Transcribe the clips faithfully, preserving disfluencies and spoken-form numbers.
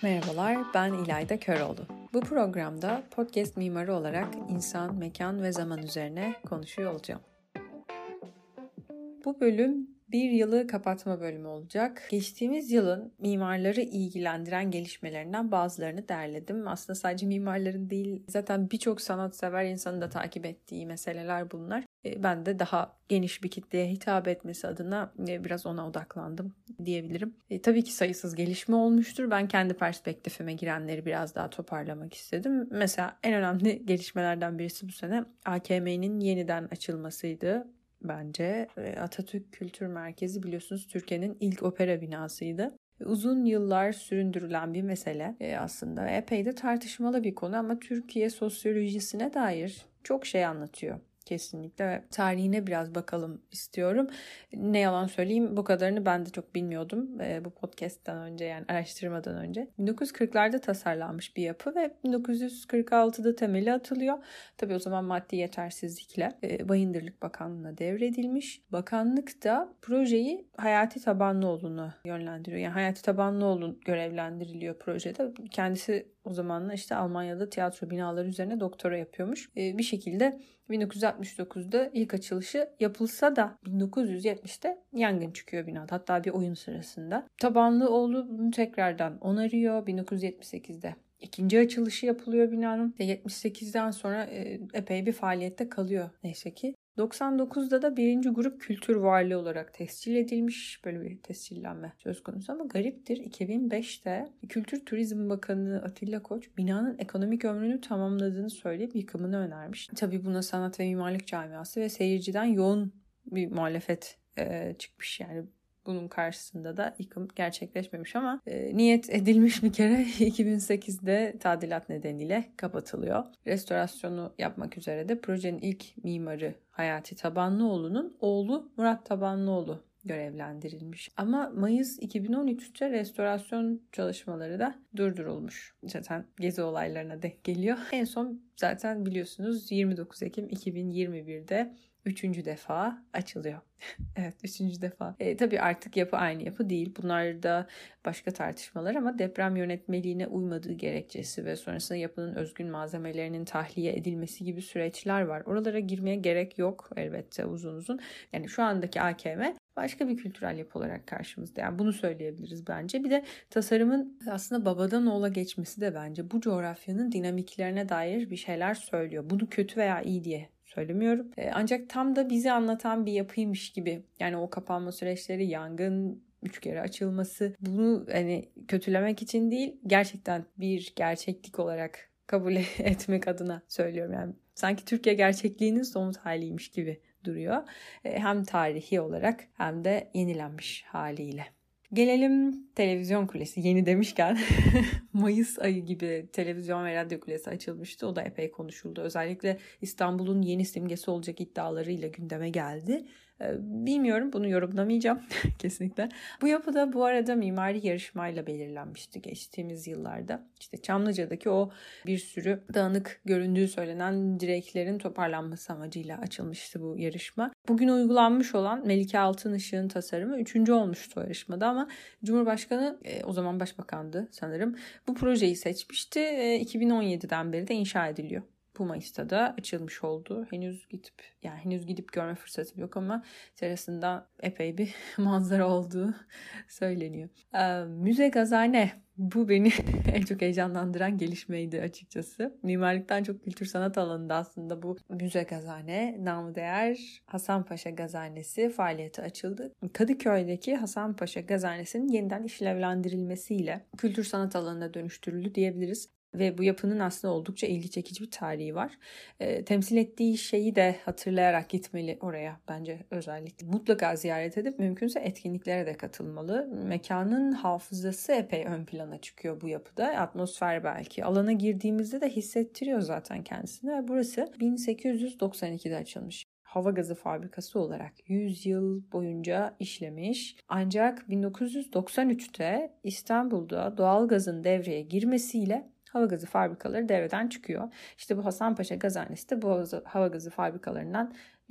Merhabalar, ben İlayda Köroğlu. Bu programda podcast mimarı olarak insan, mekan ve zaman üzerine konuşuyor olacağım. Bu bölüm bir yılı kapatma bölümü olacak. Geçtiğimiz yılın mimarları ilgilendiren gelişmelerinden bazılarını derledim. Aslında sadece mimarların değil, zaten birçok sanatsever insanın da takip ettiği meseleler bunlar. Ben de daha geniş bir kitleye hitap etmesi adına biraz ona odaklandım diyebilirim. E, tabii ki sayısız gelişme olmuştur. Ben kendi perspektifime girenleri biraz daha toparlamak istedim. Mesela en önemli gelişmelerden birisi bu sene A K M'nin yeniden açılmasıydı. Bence Atatürk Kültür Merkezi biliyorsunuz Türkiye'nin ilk opera binasıydı. Uzun yıllar süründürülen bir mesele aslında epey de tartışmalı bir konu ama Türkiye sosyolojisine dair çok şey anlatıyor. Kesinlikle ve tarihine biraz bakalım istiyorum. Ne yalan söyleyeyim bu kadarını ben de çok bilmiyordum e, bu podcast'ten önce yani araştırmadan önce. bin dokuz yüz kırklarda tasarlanmış bir yapı ve bin dokuz yüz kırk altıda temeli atılıyor. Tabii o zaman maddi yetersizlikle e, Bayındırlık Bakanlığı'na devredilmiş. Bakanlık da projeyi Hayati Tabanlıoğlu'na yönlendiriyor. Yani Hayati Tabanlıoğlu görevlendiriliyor projede. Kendisi o zamanlar işte Almanya'da tiyatro binaları üzerine doktora yapıyormuş. Ee, bir şekilde bin dokuz yüz altmış dokuzda ilk açılışı yapılsa da bin dokuz yüz yetmişte yangın çıkıyor binada. Hatta bir oyun sırasında. Tabanlıoğlu bunu tekrardan onarıyor. bin dokuz yüz yetmiş sekizde ikinci açılışı yapılıyor binanın. yetmiş sekizden sonra e, epey bir faaliyette kalıyor neyse ki. doksan dokuzda da birinci grup kültür varlığı olarak tescil edilmiş. Böyle bir tescillenme söz konusu ama gariptir. iki bin beşte Kültür Turizm Bakanı Atilla Koç binanın ekonomik ömrünü tamamladığını söyleyip yıkımını önermiş. Tabii buna sanat ve mimarlık camiası ve seyirciden yoğun bir muhalefet e, çıkmış yani. Bunun karşısında da yıkım gerçekleşmemiş ama e, niyet edilmiş bir kere iki bin sekizde tadilat nedeniyle kapatılıyor. Restorasyonu yapmak üzere de projenin ilk mimarı Hayati Tabanlıoğlu'nun oğlu Murat Tabanlıoğlu görevlendirilmiş. Ama Mayıs iki bin on üçte restorasyon çalışmaları da durdurulmuş. Zaten gezi olaylarına denk geliyor. En son zaten biliyorsunuz yirmi dokuz Ekim iki bin yirmi birde Üçüncü defa açılıyor. Evet, üçüncü defa. E, tabii artık yapı aynı yapı değil. Bunlar da başka tartışmalar ama deprem yönetmeliğine uymadığı gerekçesi ve sonrasında yapının özgün malzemelerinin tahliye edilmesi gibi süreçler var. Oralara girmeye gerek yok elbette uzun uzun. Yani şu andaki A K M başka bir kültürel yapı olarak karşımızda. Yani bunu söyleyebiliriz bence. Bir de tasarımın aslında babadan oğula geçmesi de bence bu coğrafyanın dinamiklerine dair bir şeyler söylüyor. Bunu kötü veya iyi diye söylemiyorum. Ancak tam da bizi anlatan bir yapıymış gibi. Yani o kapanma süreçleri, yangın, üç kere açılması. Bunu hani kötülemek için değil, gerçekten bir gerçeklik olarak kabul etmek adına söylüyorum. Yani sanki Türkiye gerçekliğinin somut haliymiş gibi duruyor. Hem tarihi olarak hem de yenilenmiş haliyle. Gelelim televizyon kulesi. Yeni demişken Mayıs ayı gibi televizyon ve radyo kulesi açılmıştı. O da epey konuşuldu. Özellikle İstanbul'un yeni simgesi olacak iddialarıyla gündeme geldi. Bilmiyorum, bunu yorumlamayacağım kesinlikle. Bu yapı da bu arada mimari yarışmayla belirlenmişti geçtiğimiz yıllarda. İşte Çamlıca'daki o bir sürü dağınık göründüğü söylenen direklerin toparlanması amacıyla açılmıştı bu yarışma. Bugün uygulanmış olan Melike Altınışık'ın tasarımı üçüncü olmuştu o yarışmada ama Cumhurbaşkanı o zaman başbakandı sanırım. Bu projeyi seçmişti. iki bin on yediden beri de inşa ediliyor. Bu Mayıs'ta da açılmış oldu. Henüz gidip yani henüz gidip görme fırsatım yok ama terasında epey bir manzara olduğu söyleniyor. Ee, Müze Gazhane. Bu beni en çok heyecanlandıran gelişmeydi açıkçası. Mimarlıktan çok kültür sanat alanında aslında bu Müze Gazhane, namı değer Hasanpaşa Gazhanesi faaliyete açıldı. Kadıköy'deki Hasanpaşa Gazhanesi'nin yeniden işlevlendirilmesiyle kültür sanat alanına dönüştürüldü diyebiliriz. Ve bu yapının aslında oldukça ilgi çekici bir tarihi var. E, temsil ettiği şeyi de hatırlayarak gitmeli oraya bence özellikle. Mutlaka ziyaret edip mümkünse etkinliklere de katılmalı. Mekanın hafızası epey ön plana çıkıyor bu yapıda. Atmosfer belki. Alana girdiğimizde de hissettiriyor zaten kendisini. Ve burası bin sekiz yüz doksan ikide açılmış. Hava gazı fabrikası olarak yüz yıl boyunca işlemiş. Ancak bin dokuz yüz doksan üçte İstanbul'da doğalgazın devreye girmesiyle hava gazı fabrikaları devreden çıkıyor. İşte bu Hasanpaşa Gazhanesi de bu hava gazı fabrikalarından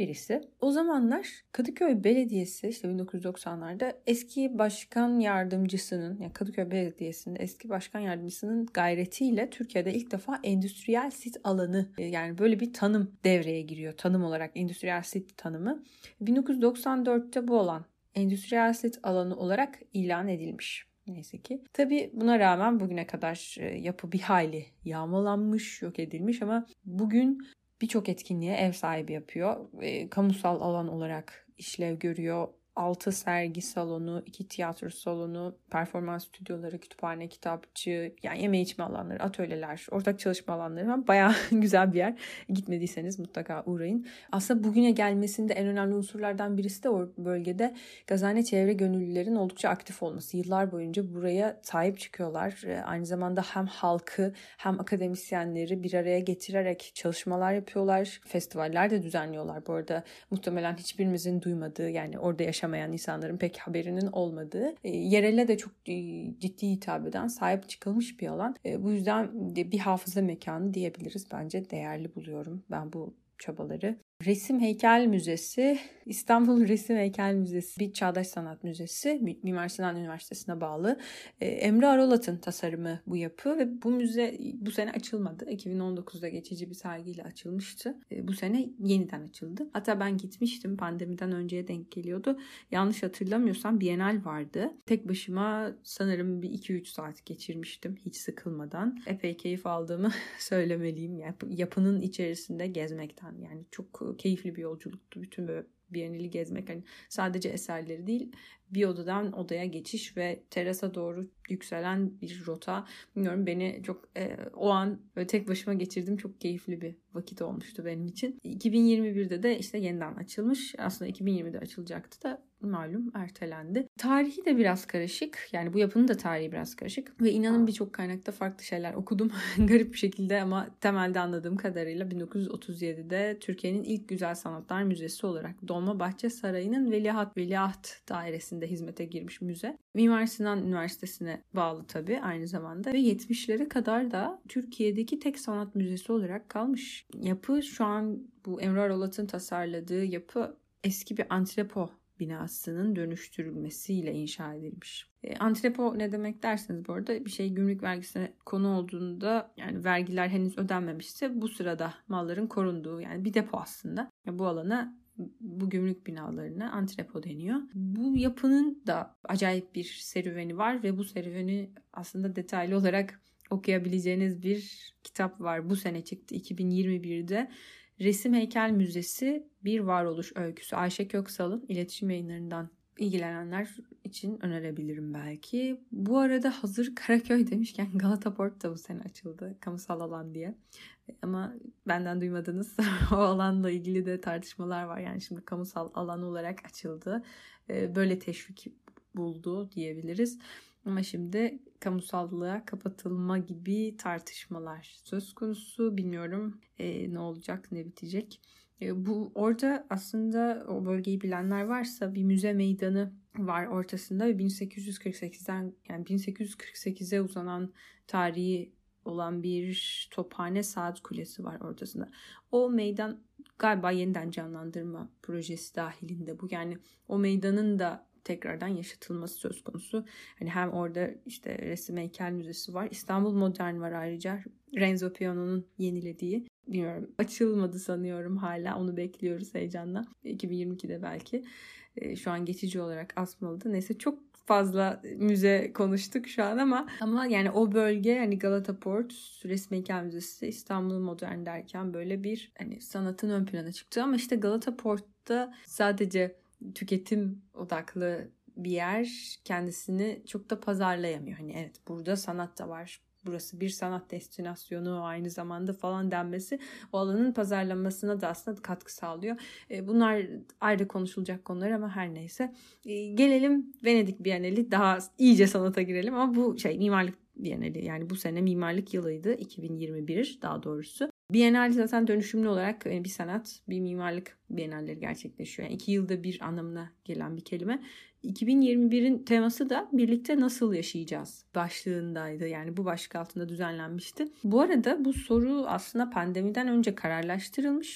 birisi. O zamanlar Kadıköy Belediyesi işte bin dokuz yüz doksanlarda eski başkan yardımcısının, yani Kadıköy Belediyesi'nin eski başkan yardımcısının gayretiyle Türkiye'de ilk defa endüstriyel sit alanı, yani böyle bir tanım devreye giriyor. Tanım olarak endüstriyel sit tanımı. bin dokuz yüz doksan dörtte bu alan endüstriyel sit alanı olarak ilan edilmiş. Neyse ki. Tabii buna rağmen bugüne kadar yapı bir hayli yağmalanmış, yok edilmiş ama bugün birçok etkinliğe ev sahibi yapıyor. E, kamusal alan olarak işlev görüyor. altı sergi salonu, iki tiyatro salonu, performans stüdyoları, kütüphane, kitapçı, yani yeme içme alanları, atölyeler, ortak çalışma alanları falan bayağı güzel bir yer. Gitmediyseniz mutlaka uğrayın. Aslında bugüne gelmesinde en önemli unsurlardan birisi de o bölgede Gazhane çevre gönüllülerin oldukça aktif olması. Yıllar boyunca buraya sahip çıkıyorlar. Aynı zamanda hem halkı hem akademisyenleri bir araya getirerek çalışmalar yapıyorlar. Festivaller de düzenliyorlar. Bu arada muhtemelen hiçbirimizin duymadığı, yani orada yaşayan yaşamayan insanların pek haberinin olmadığı, e, yerele de çok e, ciddi hitap eden, sahip çıkılmış bir alan. E, bu yüzden de bir hafıza mekanı diyebiliriz. Bence değerli buluyorum ben bu çabaları. Resim Heykel Müzesi, İstanbul Resim Heykel Müzesi bir çağdaş sanat müzesi. Mimar Sinan Üniversitesi'ne bağlı. Emre Arolat'ın tasarımı bu yapı ve bu müze bu sene açılmadı. iki bin on dokuzda geçici bir sergiyle açılmıştı. Bu sene yeniden açıldı. Hatta ben gitmiştim. Pandemiden önceye denk geliyordu. Yanlış hatırlamıyorsam Bienal vardı. Tek başıma sanırım bir iki üç saat geçirmiştim hiç sıkılmadan. Epey keyif aldığımı söylemeliyim. Yani yapının içerisinde gezmekten, yani çok keyifli bir yolculuktu. Bütün böyle Bienali gezmek, hani sadece eserleri değil, bir odadan odaya geçiş ve terasa doğru yükselen bir rota. Bilmiyorum, beni çok e, o an böyle tek başıma geçirdim. Çok keyifli bir vakit olmuştu benim için. iki bin yirmi birde de işte yeniden açılmış. Aslında iki bin yirmide açılacaktı da malum ertelendi. Tarihi de biraz karışık. Yani bu yapının da tarihi biraz karışık. Ve inanın birçok kaynakta farklı şeyler okudum. Garip bir şekilde ama temelde anladığım kadarıyla bin dokuz yüz otuz yedide Türkiye'nin ilk güzel sanatlar müzesi olarak Dolmabahçe Sarayı'nın Veliaht Veliaht dairesinde hizmete girmiş müze. Mimar Sinan Üniversitesi'ne bağlı tabii aynı zamanda ve yetmişlere kadar da Türkiye'deki tek sanat müzesi olarak kalmış. Yapı şu an bu Emre Arolat'ın tasarladığı yapı eski bir antrepo binasının dönüştürülmesiyle inşa edilmiş. E, antrepo ne demek derseniz bu arada bir şey gümrük vergisine konu olduğunda, yani vergiler henüz ödenmemişse bu sırada malların korunduğu, yani bir depo aslında. Yani bu alana, bu gümrük binalarına antrepo deniyor. Bu yapının da acayip bir serüveni var ve bu serüveni aslında detaylı olarak okuyabileceğiniz bir kitap var. Bu sene çıktı iki bin yirmi birde. Resim Heykel Müzesi Bir Varoluş Öyküsü. Ayşe Köksal'ın iletişim yayınlarından ilgilenenler için önerebilirim belki. Bu arada hazır Karaköy demişken Galata Port da bu sene açıldı. Kamusal alan diye. Ama benden duymadınız. O alanla ilgili de tartışmalar var. Yani şimdi kamusal alan olarak açıldı. Böyle teşvik buldu diyebiliriz. Ama şimdi kamusallığa kapatılma gibi tartışmalar söz konusu. Bilmiyorum e, ne olacak, ne bitecek. E, bu orada aslında o bölgeyi bilenler varsa bir müze meydanı var ortasında ve bin sekiz yüz kırk sekizden, yani bin sekiz yüz kırk sekize uzanan tarihi olan bir tophane saat kulesi var ortasında. O meydan galiba yeniden canlandırma projesi dahilinde bu. Yani o meydanın da tekrardan yaşatılması söz konusu. Hani hem orada işte Resim Heykel Müzesi var. İstanbul Modern var ayrıca. Renzo Piano'nun yenilediği. Bilmiyorum, açılmadı sanıyorum hala. Onu bekliyoruz heyecanla. iki bin yirmi ikide belki. Şu an geçici olarak asmalıdı. Neyse, çok fazla müze konuştuk şu an ama ama yani o bölge, hani Galata Port, Resim Heykel Müzesi, İstanbul Modern derken böyle bir hani sanatın ön plana çıktı. Ama işte Galata Port'ta sadece tüketim odaklı bir yer, kendisini çok da pazarlayamıyor. Hani evet, burada sanat da var, burası bir sanat destinasyonu aynı zamanda falan denmesi o alanın pazarlanmasına da aslında katkı sağlıyor. Bunlar ayrı konuşulacak konular ama her neyse. Gelelim Venedik Bienali, daha iyice sanata girelim ama bu şey mimarlık Bienali, yani bu sene mimarlık yılıydı, iki bin yirmi bir daha doğrusu. Bienal zaten dönüşümlü olarak bir sanat, bir mimarlık bienalleri gerçekleşiyor. Yani iki yılda bir anlamına gelen bir kelime. iki bin yirmi birin teması da birlikte nasıl yaşayacağız başlığındaydı. Yani bu başlık altında düzenlenmişti. Bu arada bu soru aslında pandemiden önce kararlaştırılmış.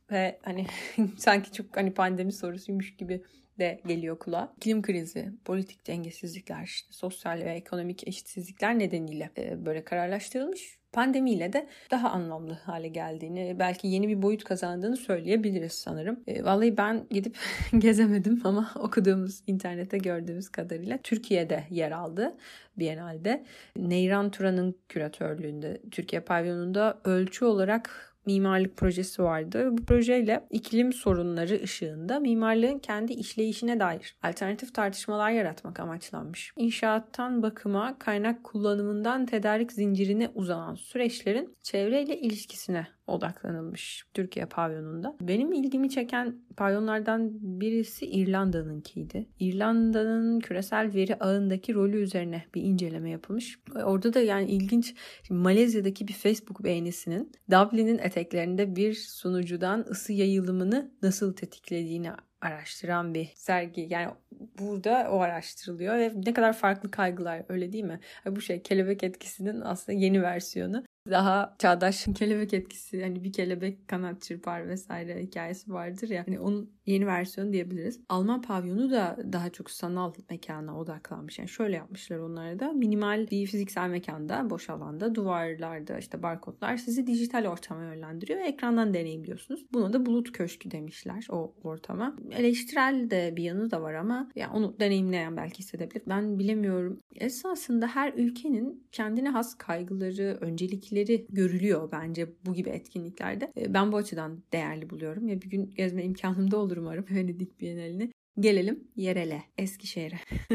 ve hani sanki çok hani pandemi sorusuymuş gibi de geliyor kulağa. İklim krizi, politik dengesizlikler, işte sosyal ve ekonomik eşitsizlikler nedeniyle e, böyle kararlaştırılmış. Pandemiyle de daha anlamlı hale geldiğini, belki yeni bir boyut kazandığını söyleyebiliriz sanırım. E, vallahi ben gidip gezemedim ama okuduğumuz, internette gördüğümüz kadarıyla Türkiye'de yer aldı Biennale'de. Neyran Turan'ın küratörlüğünde Türkiye pavyonunda ölçü olarak mimarlık projesi vardı. Bu projeyle iklim sorunları ışığında mimarlığın kendi işleyişine dair alternatif tartışmalar yaratmak amaçlanmış. İnşaattan bakıma, kaynak kullanımından tedarik zincirine uzanan süreçlerin çevreyle ilişkisine odaklanılmış Türkiye pavyonunda. Benim ilgimi çeken pavyonlardan birisi İrlanda'nınkiydi. İrlanda'nın küresel veri ağındaki rolü üzerine bir inceleme yapılmış. Orada da yani ilginç, Malezya'daki bir Facebook beğenisinin Dublin'in eteklerinde bir sunucudan ısı yayılımını nasıl tetiklediğini araştıran bir sergi. Yani burada o araştırılıyor ve ne kadar farklı kaygılar, öyle değil mi? Bu şey kelebek etkisinin aslında yeni versiyonu. Daha çağdaş kelebek etkisi, hani bir kelebek kanat çırpar vesaire hikayesi vardır ya, hani onun yeni versiyonu diyebiliriz. Alman pavyonu da daha çok sanal mekana odaklanmış. Yani şöyle yapmışlar onları da. Minimal bir fiziksel mekanda, boş alanda, duvarlarda işte barkodlar sizi dijital ortama yönlendiriyor ve ekrandan deneyimliyorsunuz. Buna da bulut köşkü demişler o ortama. Eleştirel de bir yanı da var ama yani onu deneyimleyen belki hissedebilir. Ben bilemiyorum. Esasında her ülkenin kendine has kaygıları, öncelikleri görülüyor bence bu gibi etkinliklerde. Ben bu açıdan değerli buluyorum. Ya bir gün gezme imkanım da olur umarım Venedik Bienalini. Gelelim yerele, Eskişehir'e.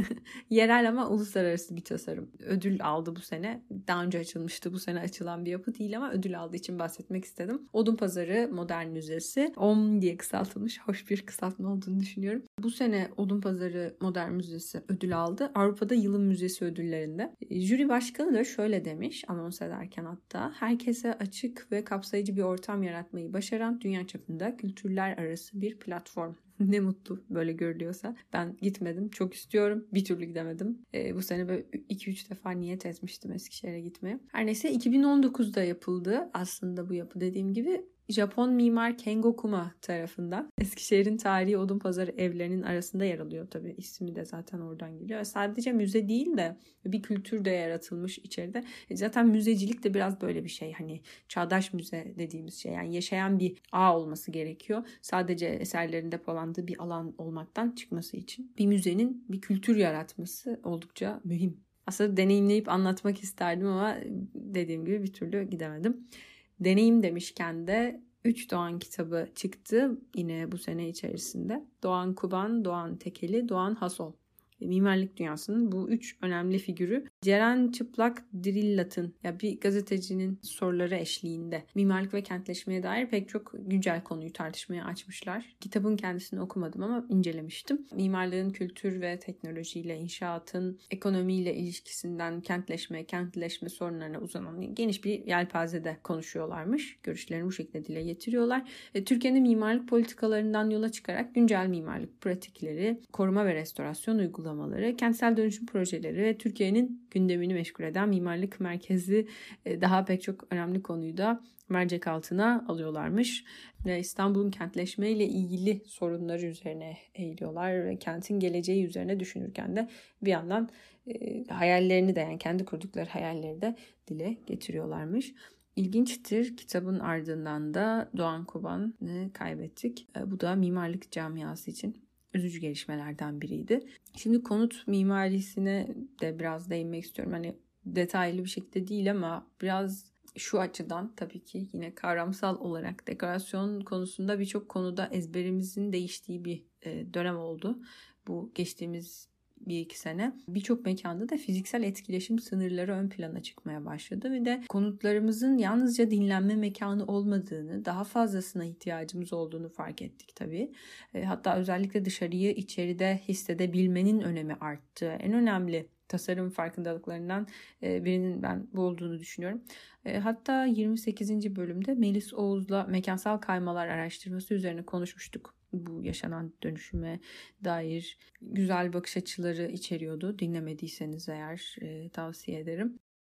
Yerel ama uluslararası bir tasarım. Ödül aldı bu sene. Daha önce açılmıştı. Bu sene açılan bir yapı değil ama ödül aldığı için bahsetmek istedim. Odunpazarı Modern Müzesi. O M diye kısaltılmış. Hoş bir kısaltma olduğunu düşünüyorum. Bu sene Odunpazarı Modern Müzesi ödül aldı. Avrupa'da Yılın Müzesi ödüllerinde. Jüri başkanı da şöyle demiş anons ederken hatta. Herkese açık ve kapsayıcı bir ortam yaratmayı başaran dünya çapında kültürler arası bir platform. Ne mutlu böyle görülüyorsa. Ben gitmedim. Çok istiyorum. Bir türlü gidemedim. E, bu sene böyle iki üç defa niyet etmiştim Eskişehir'e gitmeye. Her neyse iki bin on dokuzda yapıldı. Aslında bu yapı dediğim gibi Japon mimar Kengo Kuma tarafından. Eskişehir'in tarihi Odunpazarı evlerinin arasında yer alıyor tabii. İsmi de zaten oradan geliyor. Sadece müze değil de bir kültür de yaratılmış içeride. Zaten müzecilik de biraz böyle bir şey. Hani çağdaş müze dediğimiz şey. Yani yaşayan bir ağ olması gerekiyor. Sadece eserlerin depolandığı bir alan olmaktan çıkması için. Bir müzenin bir kültür yaratması oldukça mühim. Aslında deneyimleyip anlatmak isterdim ama dediğim gibi bir türlü gidemedim. Deneyim demişken de üç Doğan kitabı çıktı yine bu sene içerisinde. Doğan Kuban, Doğan Tekeli, Doğan Hasol. Mimarlık dünyasının bu üç önemli figürü Ceren Çıplak Dirillat'ın ya bir gazetecinin soruları eşliğinde mimarlık ve kentleşmeye dair pek çok güncel konuyu tartışmaya açmışlar. Kitabın kendisini okumadım ama incelemiştim. Mimarlığın kültür ve teknolojiyle, inşaatın ekonomiyle ilişkisinden kentleşme, kentleşme sorunlarına uzanan geniş bir yelpazede konuşuyorlarmış. Görüşlerini bu şekilde dile getiriyorlar. E, Türkiye'nin mimarlık politikalarından yola çıkarak güncel mimarlık pratikleri, koruma ve restorasyon uygulamaları, kentsel dönüşüm projeleri ve Türkiye'nin gündemini meşgul eden mimarlık merkezi daha pek çok önemli konuyu da mercek altına alıyorlarmış. Ve İstanbul'un kentleşmeyle ilgili sorunları üzerine eğiliyorlar ve kentin geleceği üzerine düşünürken de bir yandan e, hayallerini de yani kendi kurdukları hayalleri de dile getiriyorlarmış. İlginçtir. Kitabın ardından da Doğan Kuban'ı kaybettik. Bu da mimarlık camiası için üzücü gelişmelerden biriydi. Şimdi konut mimarisine de biraz değinmek istiyorum. Hani detaylı bir şekilde değil ama biraz şu açıdan tabii ki yine kavramsal olarak dekorasyon konusunda birçok konuda ezberimizin değiştiği bir dönem oldu. Bu geçtiğimiz bir iki sene. Birçok mekanda da fiziksel etkileşim sınırları ön plana çıkmaya başladı ve de konutlarımızın yalnızca dinlenme mekanı olmadığını, daha fazlasına ihtiyacımız olduğunu fark ettik tabii. Hatta özellikle dışarıyı içeride hissedebilmenin önemi arttı. En önemli tasarım farkındalıklarından birinin ben bu olduğunu düşünüyorum. Hatta yirmi sekizinci bölümde Melis Oğuz'la mekansal kaymalar araştırması üzerine konuşmuştuk. Bu yaşanan dönüşüme dair güzel bakış açıları içeriyordu. Dinlemediyseniz eğer e, tavsiye ederim.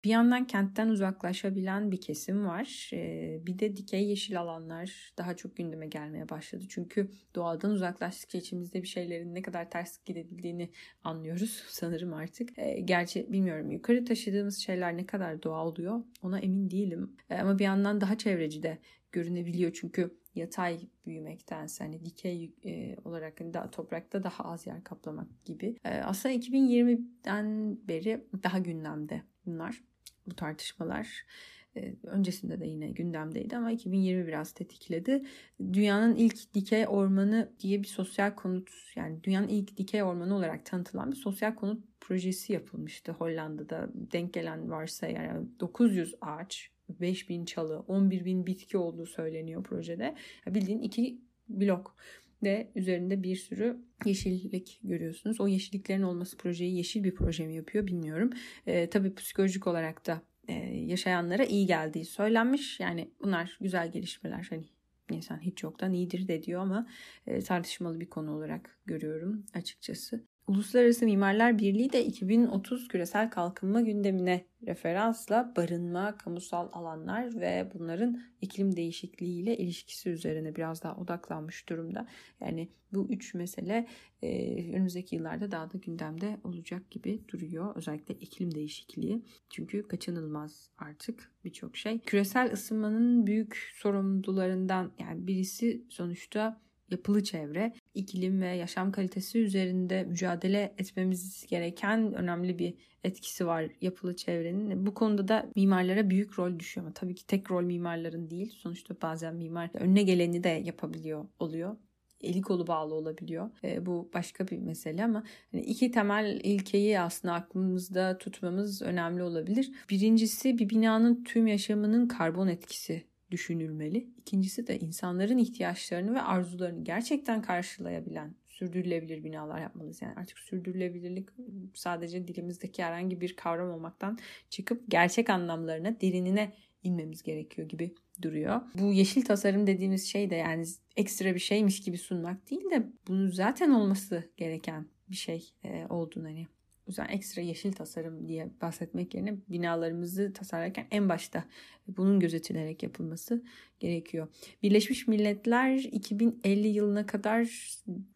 Bir yandan kentten uzaklaşabilen bir kesim var. Bir de dikey yeşil alanlar daha çok gündeme gelmeye başladı. Çünkü doğadan uzaklaştıkça içimizde bir şeylerin ne kadar ters gidebildiğini anlıyoruz sanırım artık. Gerçi bilmiyorum, yukarı taşıdığımız şeyler ne kadar doğa oluyor ona emin değilim. Ama bir yandan daha çevreci de görünebiliyor. Çünkü yatay büyümektense hani dikey e, olarak hani daha toprakta daha az yer kaplamak gibi. E, aslında iki bin yirmiden beri daha gündemde bunlar, bu tartışmalar. E, öncesinde de yine gündemdeydi ama iki bin yirmi biraz tetikledi. Dünyanın ilk dikey ormanı diye bir sosyal konut, yani dünyanın ilk dikey ormanı olarak tanıtılan bir sosyal konut projesi yapılmıştı Hollanda'da. Denk gelen varsa yani dokuz yüz ağaç, beş bin çalı, on bir bin bitki olduğu söyleniyor projede. Bildiğin iki blok ve üzerinde bir sürü yeşillik görüyorsunuz. O yeşilliklerin olması projeyi yeşil bir proje mi yapıyor bilmiyorum. E, tabii psikolojik olarak da e, yaşayanlara iyi geldiği söylenmiş. Yani bunlar güzel gelişmeler. Hani insan hiç yoktan iyidir de diyor ama e, tartışmalı bir konu olarak görüyorum açıkçası. Uluslararası Mimarlar Birliği de iki bin otuz küresel kalkınma gündemine referansla barınma, kamusal alanlar ve bunların iklim değişikliğiyle ilişkisi üzerine biraz daha odaklanmış durumda. Yani bu üç mesele e, önümüzdeki yıllarda daha da gündemde olacak gibi duruyor. Özellikle iklim değişikliği. Çünkü kaçınılmaz artık birçok şey. Küresel ısınmanın büyük sorumlularından yani birisi sonuçta yapılı çevre, iklim ve yaşam kalitesi üzerinde mücadele etmemiz gereken önemli bir etkisi var yapılı çevrenin. Bu konuda da mimarlara büyük rol düşüyor ama tabii ki tek rol mimarların değil. Sonuçta bazen mimar önüne geleni de yapabiliyor oluyor. Eli kolu bağlı olabiliyor. E, bu başka bir mesele ama hani iki temel ilkeyi aslında aklımızda tutmamız önemli olabilir. Birincisi, bir binanın tüm yaşamının karbon etkisi düşünülmeli. İkincisi de insanların ihtiyaçlarını ve arzularını gerçekten karşılayabilen, sürdürülebilir binalar yapmalıyız. Yani artık sürdürülebilirlik sadece dilimizdeki herhangi bir kavram olmaktan çıkıp gerçek anlamlarına, derinine inmemiz gerekiyor gibi duruyor. Bu yeşil tasarım dediğimiz şey de yani ekstra bir şeymiş gibi sunmak değil de bunun zaten olması gereken bir şey e, olduğunu hani o yüzden ekstra yeşil tasarım diye bahsetmek yerine binalarımızı tasarlarken en başta bunun gözetilerek yapılması gerekiyor. Birleşmiş Milletler iki bin elli yılına kadar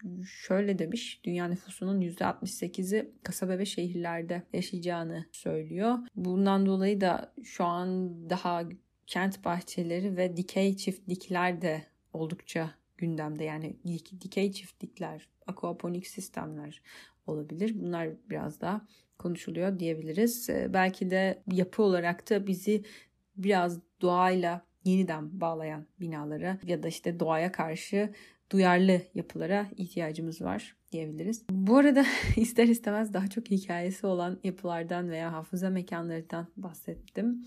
şöyle demiş, dünya nüfusunun yüzde altmış sekizi kasaba ve şehirlerde yaşayacağını söylüyor. Bundan dolayı da şu an daha kent bahçeleri ve dikey çiftlikler de oldukça gündemde. Yani dikey çiftlikler, aquaponik sistemler olabilir. Bunlar biraz daha konuşuluyor diyebiliriz. Belki de yapı olarak da bizi biraz doğayla yeniden bağlayan binalara ya da işte doğaya karşı duyarlı yapılara ihtiyacımız var diyebiliriz. Bu arada ister istemez daha çok hikayesi olan yapılardan veya hafıza mekanlarından bahsettim.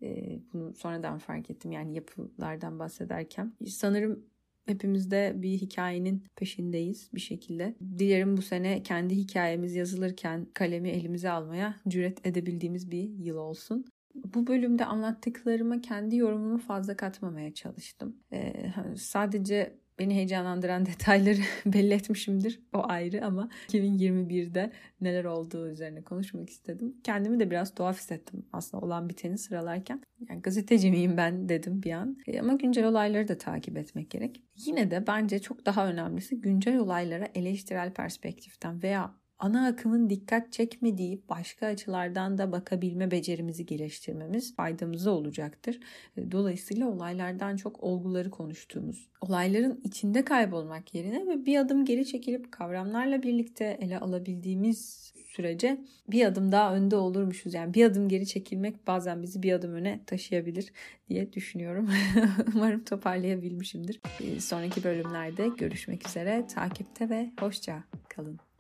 Bunu sonradan fark ettim, yani yapılardan bahsederken. Sanırım hepimiz de bir hikayenin peşindeyiz bir şekilde. Dilerim bu sene kendi hikayemiz yazılırken kalemi elimize almaya cüret edebildiğimiz bir yıl olsun. Bu bölümde anlattıklarıma kendi yorumumu fazla katmamaya çalıştım. Ee, sadece beni heyecanlandıran detayları belli etmişimdir. O ayrı ama iki bin yirmi birde neler olduğu üzerine konuşmak istedim. Kendimi de biraz tuhaf hissettim aslında olan biteni sıralarken. Yani gazeteci miyim ben dedim bir an. E ama güncel olayları da takip etmek gerek. Yine de bence çok daha önemlisi güncel olaylara eleştirel perspektiften veya ana akımın dikkat çekmediği başka açılardan da bakabilme becerimizi geliştirmemiz faydamıza olacaktır. Dolayısıyla olaylardan çok olguları konuştuğumuz, olayların içinde kaybolmak yerine ve bir adım geri çekilip kavramlarla birlikte ele alabildiğimiz sürece bir adım daha önde olurmuşuz. Yani bir adım geri çekilmek bazen bizi bir adım öne taşıyabilir diye düşünüyorum. Umarım toparlayabilmişimdir. Sonraki bölümlerde görüşmek üzere. Takipte ve hoşça kalın.